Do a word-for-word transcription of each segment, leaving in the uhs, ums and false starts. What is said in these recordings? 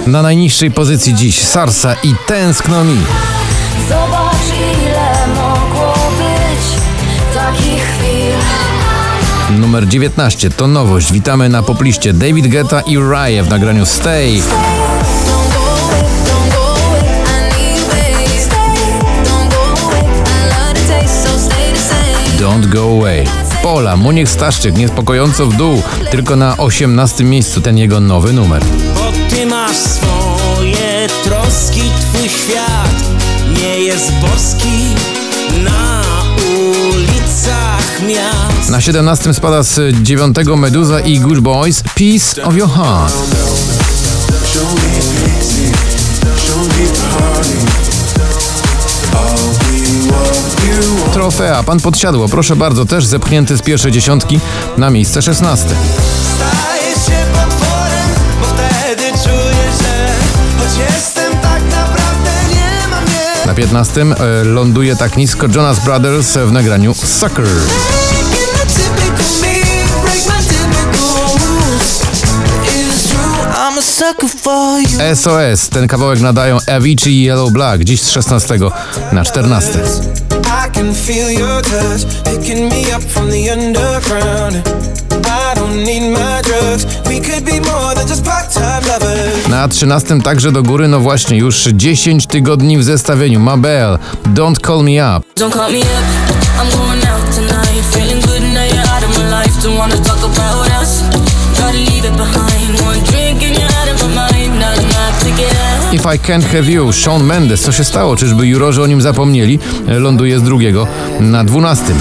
Na najniższej pozycji dziś Sarsa i Tęskno mi. Zobacz, ile mogło być takich chwil. Numer dziewiętnaście to nowość. Witamy na popliście David Guetta i Raya w nagraniu Stay. Don't Go Away. Pola, Muniek Staszczyk, niepokojąco w dół, tylko na osiemnastym miejscu ten jego nowy numer. Bo ty masz swoje troski, twój świat nie jest boski na ulicach miast. Na siedemnastym spada z dziewiątego Meduza i Good Boys Piece of Your Heart. Trofea, Pan Podsiadło, proszę bardzo, też zepchnięty z pierwszej dziesiątki na miejsce szesnaste. Staję się potworem, bo wtedy czuję, że choć jestem tak naprawdę nie mam mnie. Na piętnastym e, ląduje tak nisko Jonas Brothers w nagraniu Sucker. S O S, ten kawałek nadają Avicii i Yellow Black, dziś z szesnastego na czternaste. I can feel your touch picking me up from the underground. I don't need my drugs. We could be more than just part-time lovers. Na trzynastym także do góry, no właśnie, już dziesięć tygodni w zestawieniu. Mabel, Don't Call Me Up. Don't call me up, I'm going out tonight. Feeling good now you're out of my life. Don't wanna talk about us. Try to leave it behind. One drink and you're out of my mind. Now I'm not to get out. If I Can't Have You, Shawn Mendes. Co się stało? Czyżby jurorzy o nim zapomnieli? Ląduje z drugiego na dwunastym.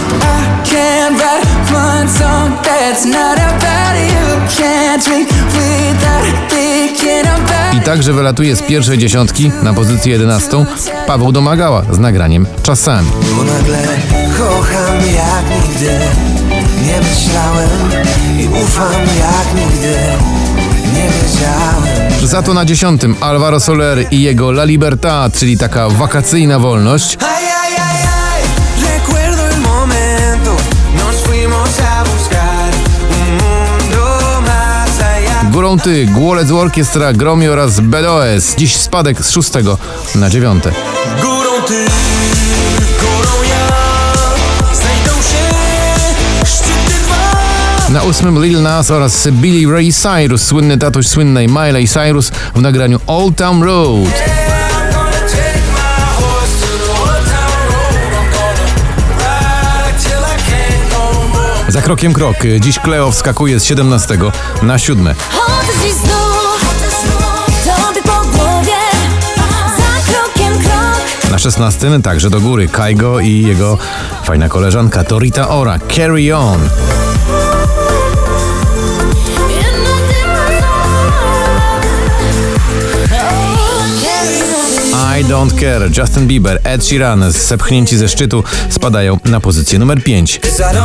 I także wylatuje z pierwszej dziesiątki na pozycję jedenastą Paweł Domagała z nagraniem Czasami. Bo nagle kocham jak nigdy. Nie myślałem i ufam jak nigdy. Nie wiedziałem. Za to na dziesiątym Alvaro Soler i jego La Libertad, czyli taka wakacyjna wolność. Ay, ay, ay, ay. Recuerdo el momento. Nos fuimos a buscar un mundo más allá. Górą ty, Głolec Orkiestra, Gromi oraz B D O S. Dziś spadek z szóstego na dziewiąte. Górą ty, górą ja. Znajdą się szczyty dwa. Na ósmym Lil Nas oraz Billy Ray Cyrus, słynny tatuś słynnej Miley Cyrus w nagraniu Old Town Road. Za krokiem krok, dziś Cleo wskakuje z siedemnastego na siódme. Chodzę dziś znów, tobie po głowie. Za krokiem krok. Na szesnastym także do góry Kygo i jego fajna koleżanka to Rita Ora, Carry On. I Don't Care, Justin Bieber, Ed Sheeran, zepchnięci ze szczytu, spadają na pozycję numer pięć.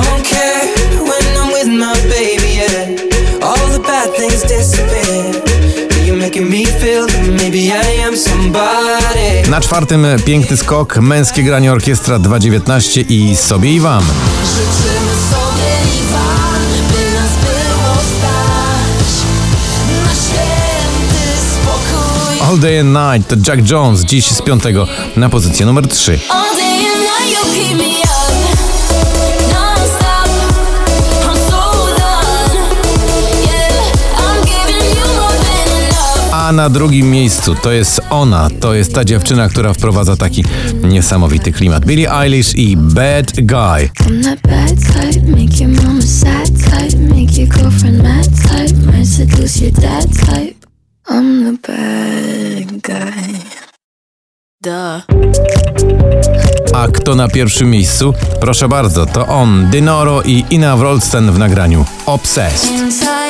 Na czwartym piękny skok, męskie granie orkiestra dwa dziewiętnaście i Sobie i Wam. Życzymy sobie i wam, by nas było stać na święty spokój. All Day and Night to Jack Jones, dziś z piątego na pozycję numer trzy. All day and night you keep me up, non-stop, I'm so done. Yeah, I'm giving you more than enough. A na drugim miejscu to jest ona, to jest ta dziewczyna, która wprowadza taki niesamowity klimat. Billie Eilish i Bad Guy. I'm that bad type, make your mama sad type, make your girlfriend mad type, might seduce your dad type. I'm the bad guy. Duh. A kto na pierwszym miejscu? Proszę bardzo, to on, Dinoro i Ina Wroldsten w nagraniu Obsessed. Inside